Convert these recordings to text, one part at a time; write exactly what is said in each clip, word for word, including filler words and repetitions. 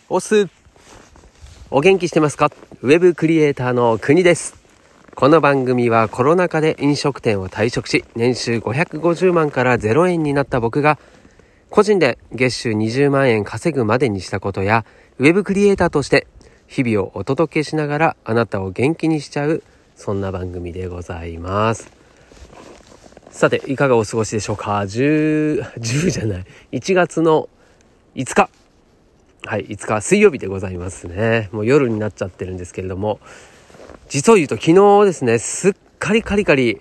おすお元気してますか？ウェブクリエイターの国です。この番組はコロナ禍で飲食店を退職し、年収ごひゃくごじゅうまんからゼロえんになった僕が、個人で月収にじゅうまんえん稼ぐまでにしたことや、ウェブクリエイターとして日々をお届けしながらあなたを元気にしちゃう、そんな番組でございます。さて、いかがお過ごしでしょうか。じゅう、じゅうじゃないいちがつのいつか、はい、いつか水曜日でございますね。もう夜になっちゃってるんですけれども、実を言うと昨日ですね、すっかりカリカリ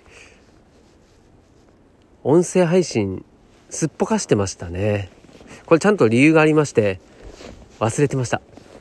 音声配信すっぽかしてましたね。これちゃんと理由がありまして、忘れてました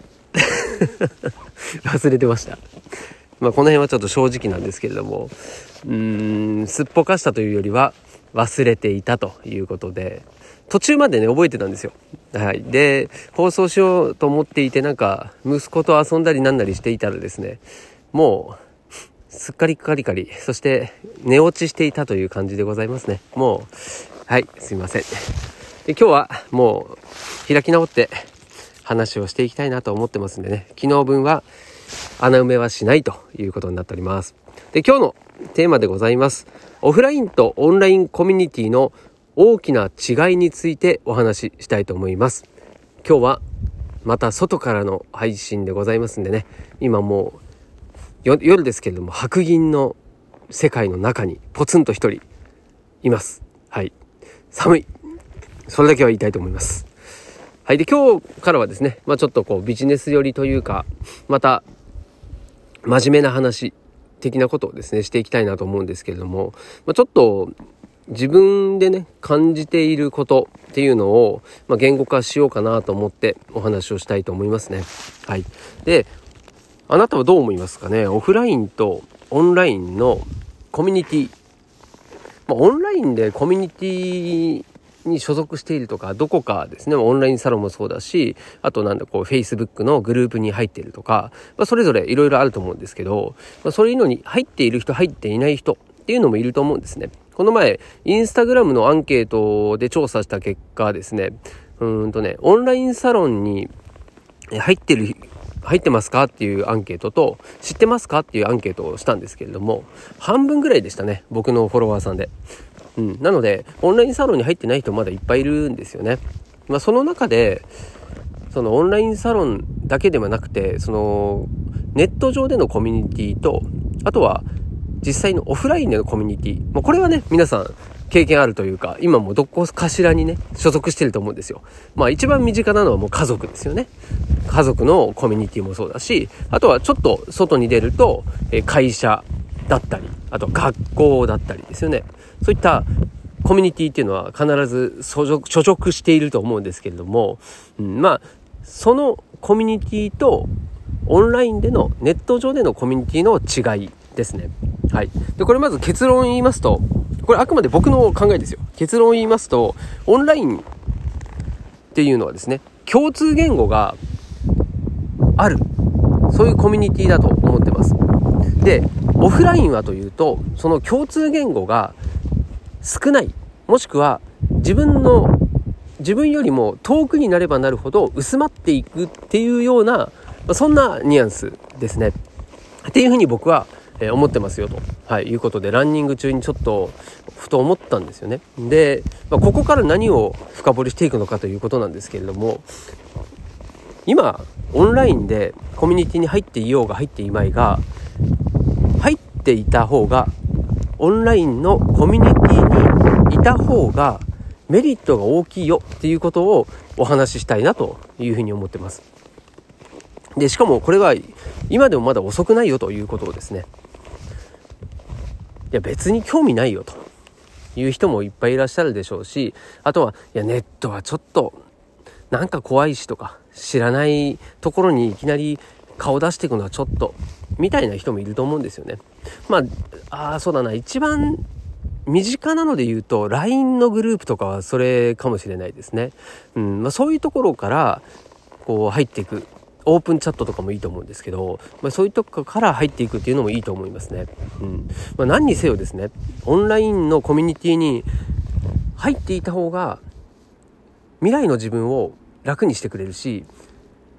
忘れてました。まあこの辺はちょっと正直なんですけれども、うーんすっぽかしたというよりは忘れていたということで、途中までね覚えてたんですよ。はい。で、放送しようと思っていて、なんか息子と遊んだりなんなりしていたらですね、もうすっかりカリカリ、そして寝落ちしていたという感じでございますね。もうはいすいません。で、今日はもう開き直って話をしていきたいなと思ってますんでね、昨日分は穴埋めはしないということになっております。で、今日のテーマでございます。オフラインとオンラインコミュニティの大きな違いについてお話ししたいと思います。今日はまた外からの配信でございますんでね、今もう夜ですけれども、白銀の世界の中にポツンと一人います。はい、寒い、それだけは言いたいと思います。はい。で、今日からはですね、まあちょっとこうビジネス寄りというか、また真面目な話的なことをですねしていきたいなと思うんですけれども、まあ、ちょっと自分でね感じていることっていうのを、まあ、言語化しようかなと思ってお話をしたいと思いますね。はい。で、あなたはどう思いますかね。オフラインとオンラインのコミュニティ、まあ、オンラインでコミュニティに所属しているとか、どこかですね、オンラインサロンもそうだし、あとなんだこう Facebook のグループに入っているとか、まあ、それぞれいろいろあると思うんですけど、まあ、そういうのに入っている人入っていない人っていうのもいると思うんですね。この前インスタグラムのアンケートで調査した結果ですね、うーんとねオンラインサロンに入ってる入ってますかっていうアンケートと、知ってますかっていうアンケートをしたんですけれども、半分ぐらいでしたね、僕のフォロワーさんで。うん、なのでオンラインサロンに入ってない人まだいっぱいいるんですよね。まあ、その中でそのオンラインサロンだけではなくて、そのネット上でのコミュニティと、あとは実際のオフラインでのコミュニティ、まあ、これはね皆さん経験あるというか、今もどこかしらにね所属してると思うんですよ。まあ一番身近なのはもう家族ですよね。家族のコミュニティもそうだし、あとはちょっと外に出ると会社だったり、あと学校だったりですよね。そういったコミュニティっていうのは必ず所属、所属していると思うんですけれども、うん、まあそのコミュニティとオンラインでのネット上でのコミュニティの違いですね。はい。で、これまず結論言いますと、これあくまで僕の考えですよ。結論言いますと、オンラインっていうのはですね、共通言語がある、そういうコミュニティだと思ってます。で、オフラインはというと、その共通言語が少ない、もしくは自分の自分よりも遠くになればなるほど薄まっていくっていうような、そんなニュアンスですねっていうふうに僕は思ってますよと、はい、いうことで、ランニング中にちょっとふと思ったんですよね。で、まあ、ここから何を深掘りしていくのかということなんですけれども、今オンラインでコミュニティに入っていようが入っていまいが、入っていた方が、オンラインのコミュニティにいた方がメリットが大きいよっていうことをお話ししたいなというふうに思ってます。で、しかもこれは今でもまだ遅くないよということをですね、いや別に興味ないよという人もいっぱいいらっしゃるでしょうし、あとはいやネットはちょっとなんか怖いしとか、知らないところにいきなり顔出していくのはちょっとみたいな人もいると思うんですよね。まあ、あそうだな、一番身近なので言うと ライン のグループとかはそれかもしれないですね。うんまあ、そういうところからこう入っていく、オープンチャットとかもいいと思うんですけど、まあ、そういうとこから入っていくっていうのもいいと思いますね。うんまあ、何にせよですね、オンラインのコミュニティに入っていた方が未来の自分を楽にしてくれるし、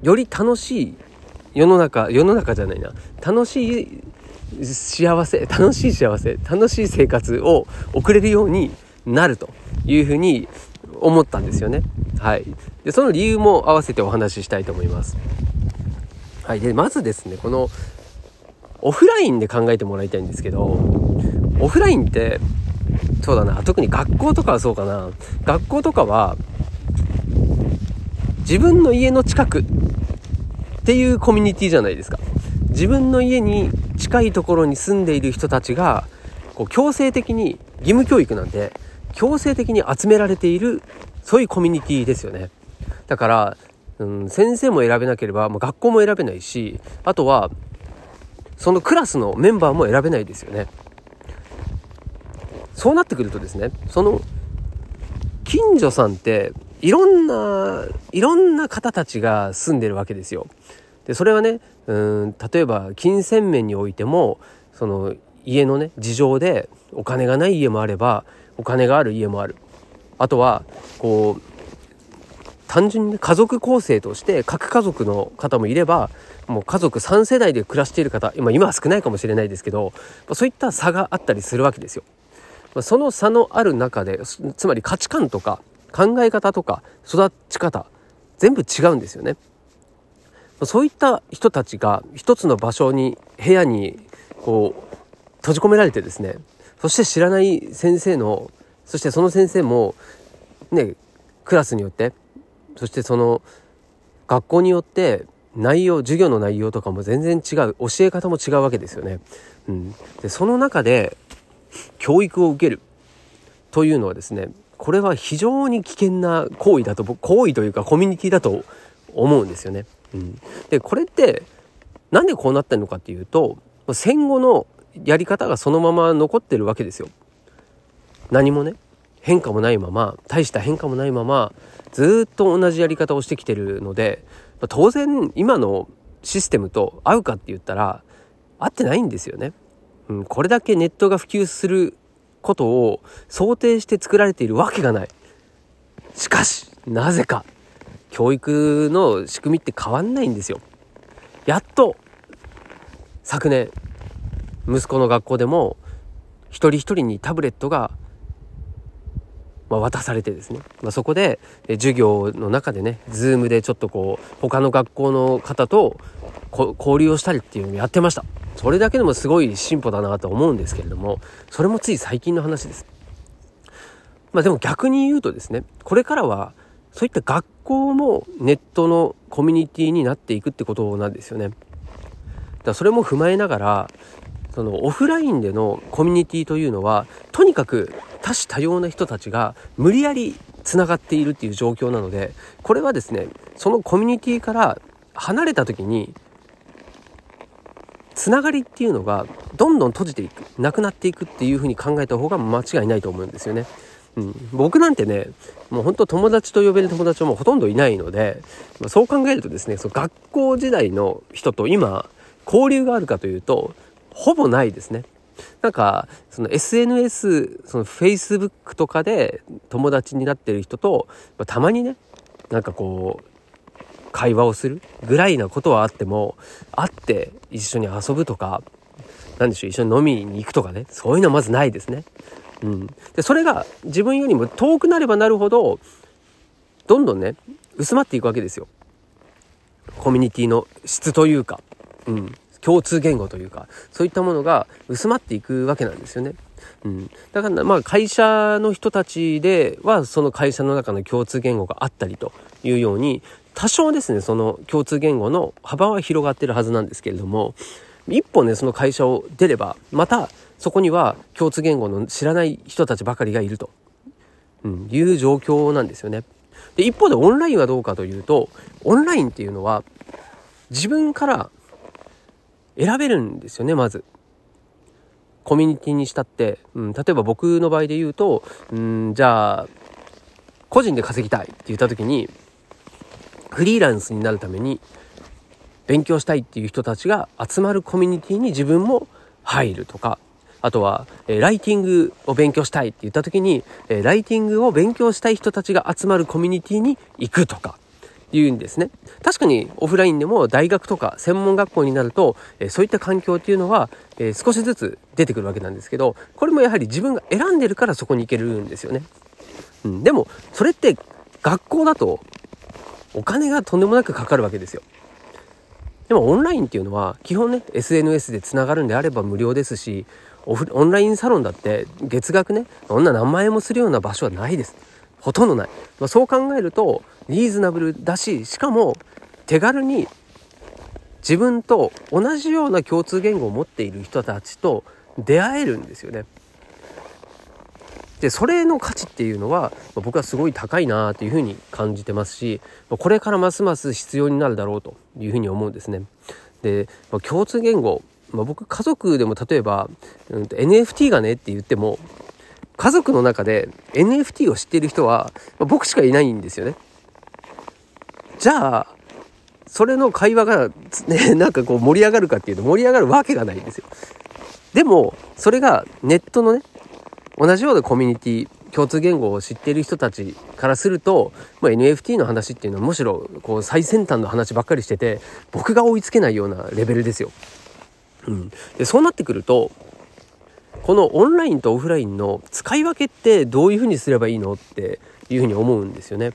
より楽しい世の中世の中じゃないな楽しい幸せ楽しい幸せ楽しい生活を送れるようになるというふうに思ったんですよね。はい。でその理由も合わせてお話ししたいと思います。はい。でまずですね、このオフラインで考えてもらいたいんですけど、オフラインってそうだな、特に学校とかはそうかな。学校とかは自分の家の近くっていうコミュニティじゃないですか。自分の家に近いところに住んでいる人たちがこう強制的に、義務教育なんで強制的に集められている、そういうコミュニティですよね。だから、うん、先生も選べなければ、まあ、学校も選べないし、あとはそのクラスのメンバーも選べないですよね。そうなってくるとですね、その近所さんっていろんないろんな方たちが住んでるわけですよ。でそれはね、うーん例えば金銭面においても、その家のね事情でお金がない家もあればお金がある家もある。あとはこう単純に、ね、家族構成として各家族の方もいれば、もう家族さん世代で暮らしている方、今今は少ないかもしれないですけど、そういった差があったりするわけですよ。その差のある中で、つまり価値観とか考え方とか育ち方全部違うんですよね。そういった人たちが一つの場所に、部屋にこう閉じ込められてですね、そして知らない先生の、そしてその先生もね、クラスによって、そしてその学校によって内容、授業の内容とかも全然違う、教え方も違うわけですよね。うん、でその中で教育を受けるというのはですね、これは非常に危険な行為だと、行為というかコミュニティだと思うんですよね。うん、でこれってなんでこうなってるのかっていうと、戦後のやり方がそのまま残ってるわけですよ。何もね変化もないまま、大した変化もないままずっと同じやり方をしてきてるので、当然今のシステムと合うかって言ったら合ってないんですよね。うん、これだけネットが普及することを想定して作られているわけがない。しかしなぜか教育の仕組みって変わんないんですよ。やっと昨年息子の学校でも一人一人にタブレットがまあ渡されてですね、まあ、そこで授業の中でね、ズームでちょっとこう他の学校の方と交流をしたりっていうのをやってました。それだけでもすごい進歩だなと思うんですけれども、それもつい最近の話です。まあでも逆に言うとですね、これからはそういった学校もネットのコミュニティになっていくってことなんですよね。だからそれも踏まえながら、そのオフラインでのコミュニティというのはとにかく多種多様な人たちが無理やりつながっているっていう状況なので、これはですね、そのコミュニティから離れた時につながりっていうのがどんどん閉じていく、なくなっていくっていう風に考えた方が間違いないと思うんですよね。うん、僕なんてね、もう本当友達と呼べる友達はもうほとんどいないので、まあ、そう考えるとですね、その学校時代の人と今交流があるかというとほぼないですね。なんかその エスエヌエス、その Facebook とかで友達になってる人と、まあ、たまにね、なんかこう会話をするぐらいなことはあっても、会って一緒に遊ぶとか、なんでしょう、一緒に飲みに行くとかね、そういうのはまずないですね。うん、でそれが自分よりも遠くなればなるほどどんどんね薄まっていくわけですよ。コミュニティの質というか、うん、共通言語というか、そういったものが薄まっていくわけなんですよね。うん、だからまあ会社の人たちではその会社の中の共通言語があったりというように、多少ですねその共通言語の幅は広がってるはずなんですけれども、一歩ねその会社を出ればまたそこには共通言語の知らない人たちばかりがいると、うん、いう状況なんですよね。で一方でオンラインはどうかというと、オンラインっていうのは自分から選べるんですよね。まずコミュニティにしたって、うん、例えば僕の場合で言うと、うん、じゃあ個人で稼ぎたいって言った時に、フリーランスになるために勉強したいっていう人たちが集まるコミュニティに自分も入るとか、あとは、えー、ライティングを勉強したいって言った時に、えー、ライティングを勉強したい人たちが集まるコミュニティに行くとかいうんですね。確かにオフラインでも大学とか専門学校になると、えー、そういった環境っていうのは、えー、少しずつ出てくるわけなんですけど、これもやはり自分が選んでるからそこに行けるんですよね。うん、でもそれって学校だとお金がとんでもなくかかるわけですよ。でもオンラインっていうのは基本ね エスエヌエス でつながるんであれば無料ですし、オフオンラインサロンだって月額ねそんな何万円もするような場所はないです。ほとんどない。まあ、そう考えるとリーズナブルだし、しかも手軽に自分と同じような共通言語を持っている人たちと出会えるんですよね。でそれの価値っていうのは僕はすごい高いなというふうに感じてますし、これからますます必要になるだろうというふうに思うんですね。で共通言語、まあ、僕家族でも例えば、うん、エヌエフティー がねって言っても家族の中で エヌエフティー を知っている人は、まあ、僕しかいないんですよね。じゃあそれの会話が、ね、なんかこう盛り上がるかっていうと盛り上がるわけがないんですよ。でもそれがネットのね同じようなコミュニティ共通言語を知っている人たちからすると、まあ、エヌエフティー の話っていうのはむしろこう最先端の話ばっかりしてて僕が追いつけないようなレベルですよ。うん、でそうなってくるとこのオンラインとオフラインの使い分けってどういうふうにすればいいのっていうふうに思うんですよね。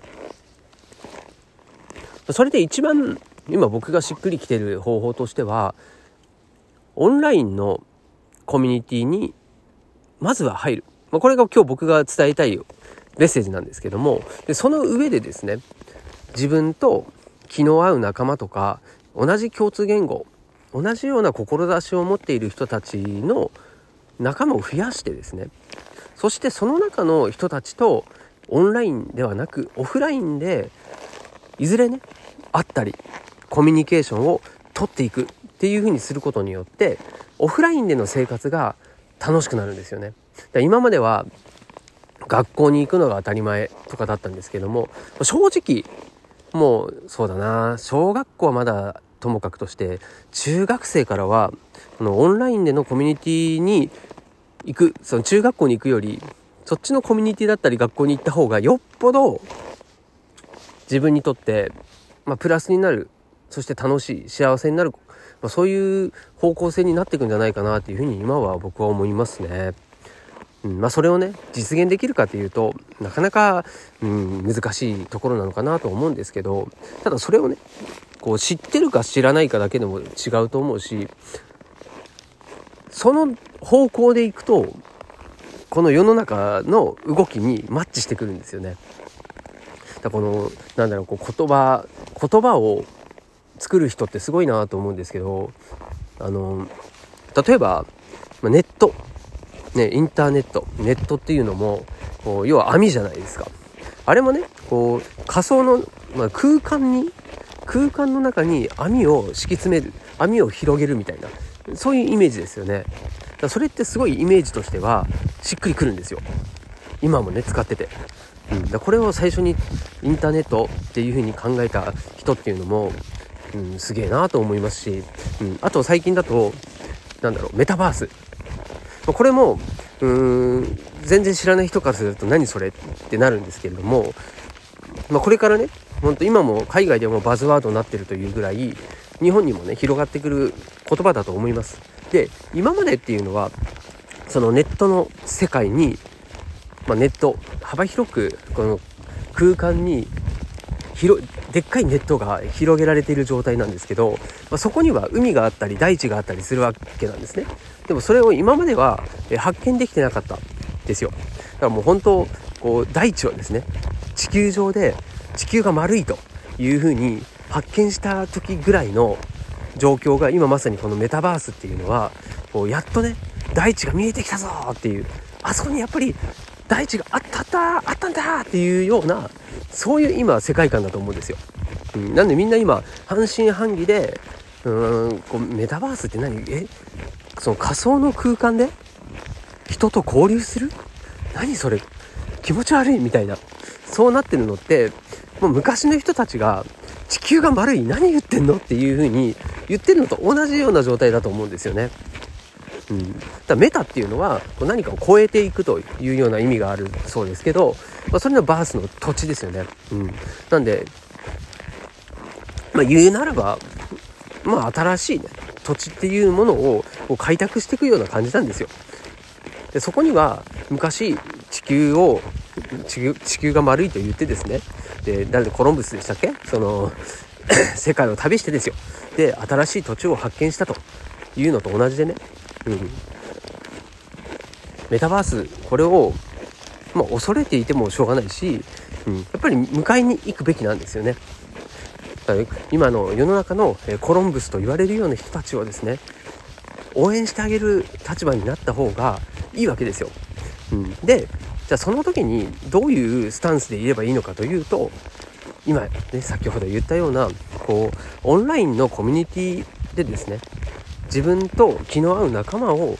それで一番今僕がしっくりきてる方法としては、オンラインのコミュニティにまずは入る、まあ、これが今日僕が伝えたいメッセージなんですけども、でその上でですね、自分と気の合う仲間とか同じ共通言語、同じような志を持っている人たちの仲間を増やしてですね、そしてその中の人たちとオンラインではなくオフラインでいずれね会ったりコミュニケーションを取っていくっていう風にすることによってオフラインでの生活が楽しくなるんですよね。だ今までは学校に行くのが当たり前とかだったんですけども、正直もうそうだな、小学校はまだともかくとして中学生からはこのオンラインでのコミュニティに行く、その中学校に行くよりそっちのコミュニティだったり学校に行った方がよっぽど自分にとって、まあ、プラスになる、そして楽しい、幸せになる、まあ、そういう方向性になっていくんじゃないかなというふうに今は僕は思いますね。うんまあ、それをね実現できるかというとなかなか、うん、難しいところなのかなと思うんですけど、ただそれをねこう知ってるか知らないかだけでも違うと思うし、その方向でいくとこの世の中の動きにマッチしてくるんですよね。だこのなんだろう、こう言葉言葉を作る人ってすごいなと思うんですけど、あの例えばネットね、インターネットネットっていうのもこう要は網じゃないですか。あれもねこう仮想の、まあ、空間に空間の中に網を敷き詰める、網を広げるみたいな、そういうイメージですよね。だからそれってすごいイメージとしてはしっくりくるんですよ、今もね使ってて。うん、だこれを最初にインターネットっていう風に考えた人っていうのも、うん、すげえなと思いますし、うん、あと最近だとなんだろうメタバース、これもうーん全然知らない人からすると何それってなるんですけれども、まあ、これからね本当今も海外でもバズワードになってるというぐらい日本にもね広がってくる言葉だと思います。で今までっていうのはそのネットの世界に、まあ、ネット幅広くこの空間に広でっかいネットが広げられている状態なんですけど、まあ、そこには海があったり大地があったりするわけなんですね。でもそれを今までは発見できてなかったんですよ。だからもう本当こう大地をですね地球上で地球が丸いという風に発見した時ぐらいの状況が今まさにこのメタバースっていうのはこうやっとね大地が見えてきたぞっていう、あそこにやっぱり大地があったあったあったんだっていうような、そういう今世界観だと思うんですよ。うん、なんでみんな今半信半疑でうーんこうメタバースって何、えその仮想の空間で人と交流する、何それ気持ち悪いみたいな、そうなってるのってもう昔の人たちが地球が丸い何言ってんのっていう風に言ってるのと同じような状態だと思うんですよね。うん、だからメタっていうのは何かを超えていくというような意味があるそうですけど、まあ、それのバースの土地ですよね。うん、なんでまあ言うならば、まあ新しいね土地っていうものを開拓していくような感じなんですよ。でそこには昔地球を地球、地球が丸いと言ってですね、で誰でコロンブスでしたっけ、その世界を旅してですよ、で新しい土地を発見したというのと同じでね、うん、メタバースこれを、まあ、恐れていてもしょうがないし、うん、やっぱり迎えに行くべきなんですよね。今の世の中のコロンブスと言われるような人たちをですね、応援してあげる立場になった方がいいわけですよ、うん、でじゃあその時にどういうスタンスでいればいいのかというと、今ね先ほど言ったようなこうオンラインのコミュニティでですね、自分と気の合う仲間を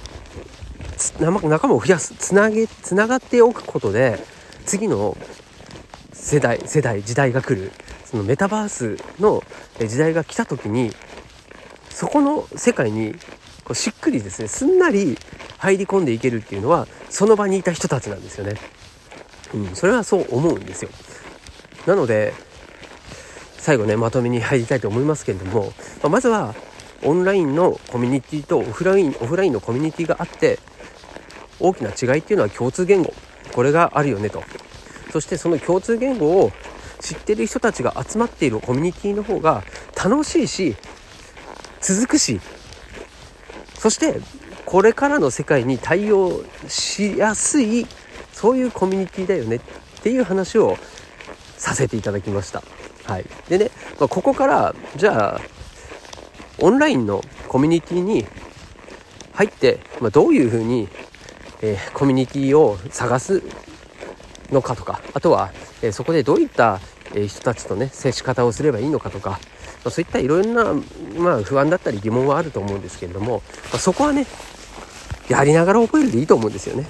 仲間を増やす、つなげつながっておくことで、次の世代世代時代が来る、そのメタバースの時代が来た時に、そこの世界にこうしっくりですね、すんなり入り込んでいけるっていうのはその場にいた人たちなんですよね、うん、それはそう思うんですよ。なので最後ねまとめに入りたいと思いますけれども、まあ、まずはオンラインのコミュニティとオフラインオフラインのコミュニティがあって、大きな違いっていうのは共通言語、これがあるよねと。そしてその共通言語を知ってる人たちが集まっているコミュニティの方が楽しいし続くし、そしてこれからの世界に対応しやすい、そういうコミュニティだよねっていう話をさせていただきました。はい。でね、まあ、ここからじゃあオンラインのコミュニティに入って、まあ、どういうふうに、えー、コミュニティを探すのかとか、あとは、えー、そこでどういった、えー、人たちとね接し方をすればいいのかとか、まあ、そういったいろんな、まあ、不安だったり疑問はあると思うんですけれども、まあ、そこはねやりながら覚えるでいいと思うんですよね、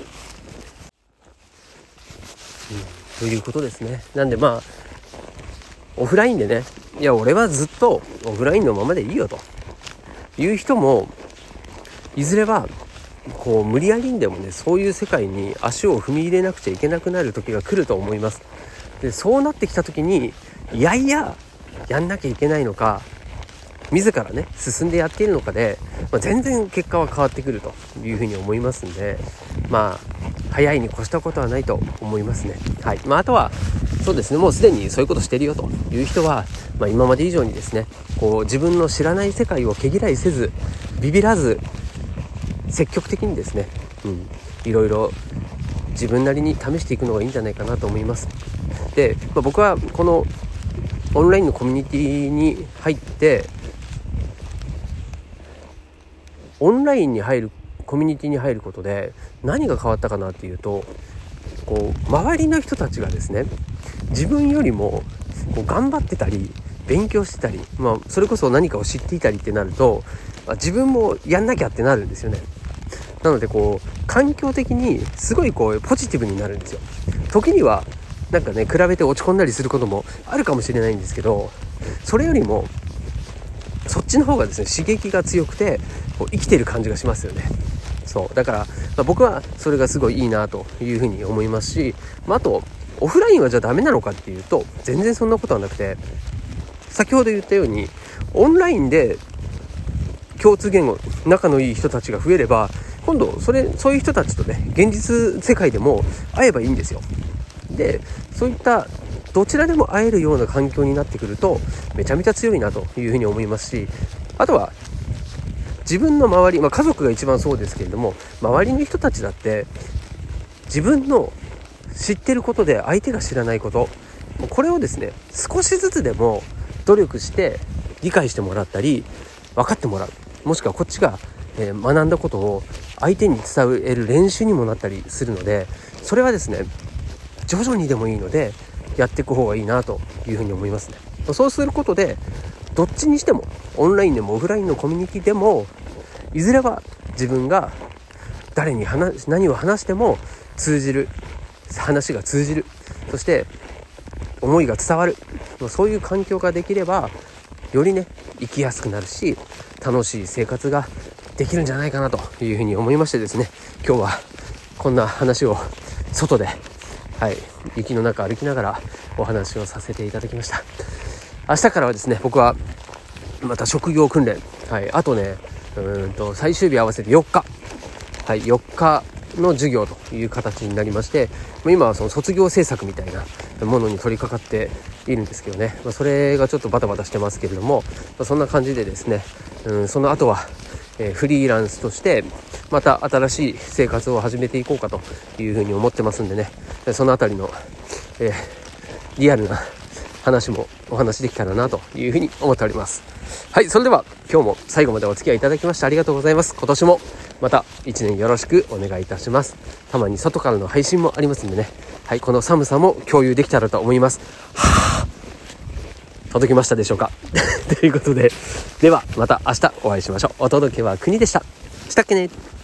うん、ということですね。なんでまあオフラインでね、いや俺はずっとオフラインのままでいいよという人も、いずれはこう無理やりにでもねそういう世界に足を踏み入れなくちゃいけなくなる時が来ると思います。でそうなってきた時にいやいややんなきゃいけないのか、自らね進んでやっているのかで、まあ、全然結果は変わってくるというふうに思いますんで、まあ早いに越したことはないと思いますね。はい。まああとはそうですね、もうすでにそういうことしてるよという人は、まあ、今まで以上にですねこう自分の知らない世界を毛嫌いせずビビらず積極的にですね、うん、いろいろ自分なりに試していくのがいいんじゃないかなと思います。で、まあ、僕はこのオンラインのコミュニティに入ってオンラインに入るコミュニティに入ることで何が変わったかなっていうと、こう周りの人たちがですね自分よりもこう頑張ってたり勉強してたり、まあ、それこそ何かを知っていたりってなると、まあ、自分もやんなきゃってなるんですよね。なのでこう環境的にすごいこうポジティブになるんですよ。時にはなんかね比べて落ち込んだりすることもあるかもしれないんですけど、それよりもそっちの方がですね刺激が強くてこう生きてる感じがしますよね。そうだから、まあ、僕はそれがすごいいいなというふうに思いますし、まあ、あとオフラインはじゃあダメなのかっていうと全然そんなことはなくて、先ほど言ったようにオンラインで共通言語仲のいい人たちが増えれば、今度それそういう人たちとね現実世界でも会えばいいんですよ。でそういったどちらでも会えるような環境になってくるとめちゃめちゃ強いなというふうに思いますし、あとは自分の周り、まあ、家族が一番そうですけれども、周りの人たちだって自分の知ってることで相手が知らないこと、これをですね少しずつでも努力して理解してもらったり分かってもらう、もしくはこっちが、えー、学んだことを相手に伝える練習にもなったりするので、それはですね徐々にでもいいのでやっていく方がいいなというふうに思いますね。そうすることでどっちにしてもオンラインでもオフラインのコミュニティでもいずれは自分が誰に話何を話しても通じる、話が通じる、そして思いが伝わる、そういう環境ができればよりね生きやすくなるし楽しい生活ができるんじゃないかなというふうに思いましてですね、今日はこんな話を外で、はい、雪の中歩きながらお話をさせていただきました。 明日からはですね、僕はまた職業訓練、はい、あとねうーんと最終日合わせてよっか、はい、よっかの授業という形になりまして、今はその卒業制作みたいなものに取り掛かっているんですけどね、まあ、それがちょっとバタバタしてますけれども、まあ、そんな感じでですね、うん、その後は、えー、フリーランスとしてまた新しい生活を始めていこうかというふうに思ってますんでね、そのあたりの、えー、リアルな話もお話できたらなというふうに思っております。はい、それでは今日も最後までお付き合いいただきましてありがとうございます。今年もまたいちねんよろしくお願いいたします。たまに外からの配信もありますんでね、はい、この寒さも共有できたらと思います。はぁ、届きましたでしょうかということで、ではまた明日お会いしましょう。お届けは国でした。したっけね。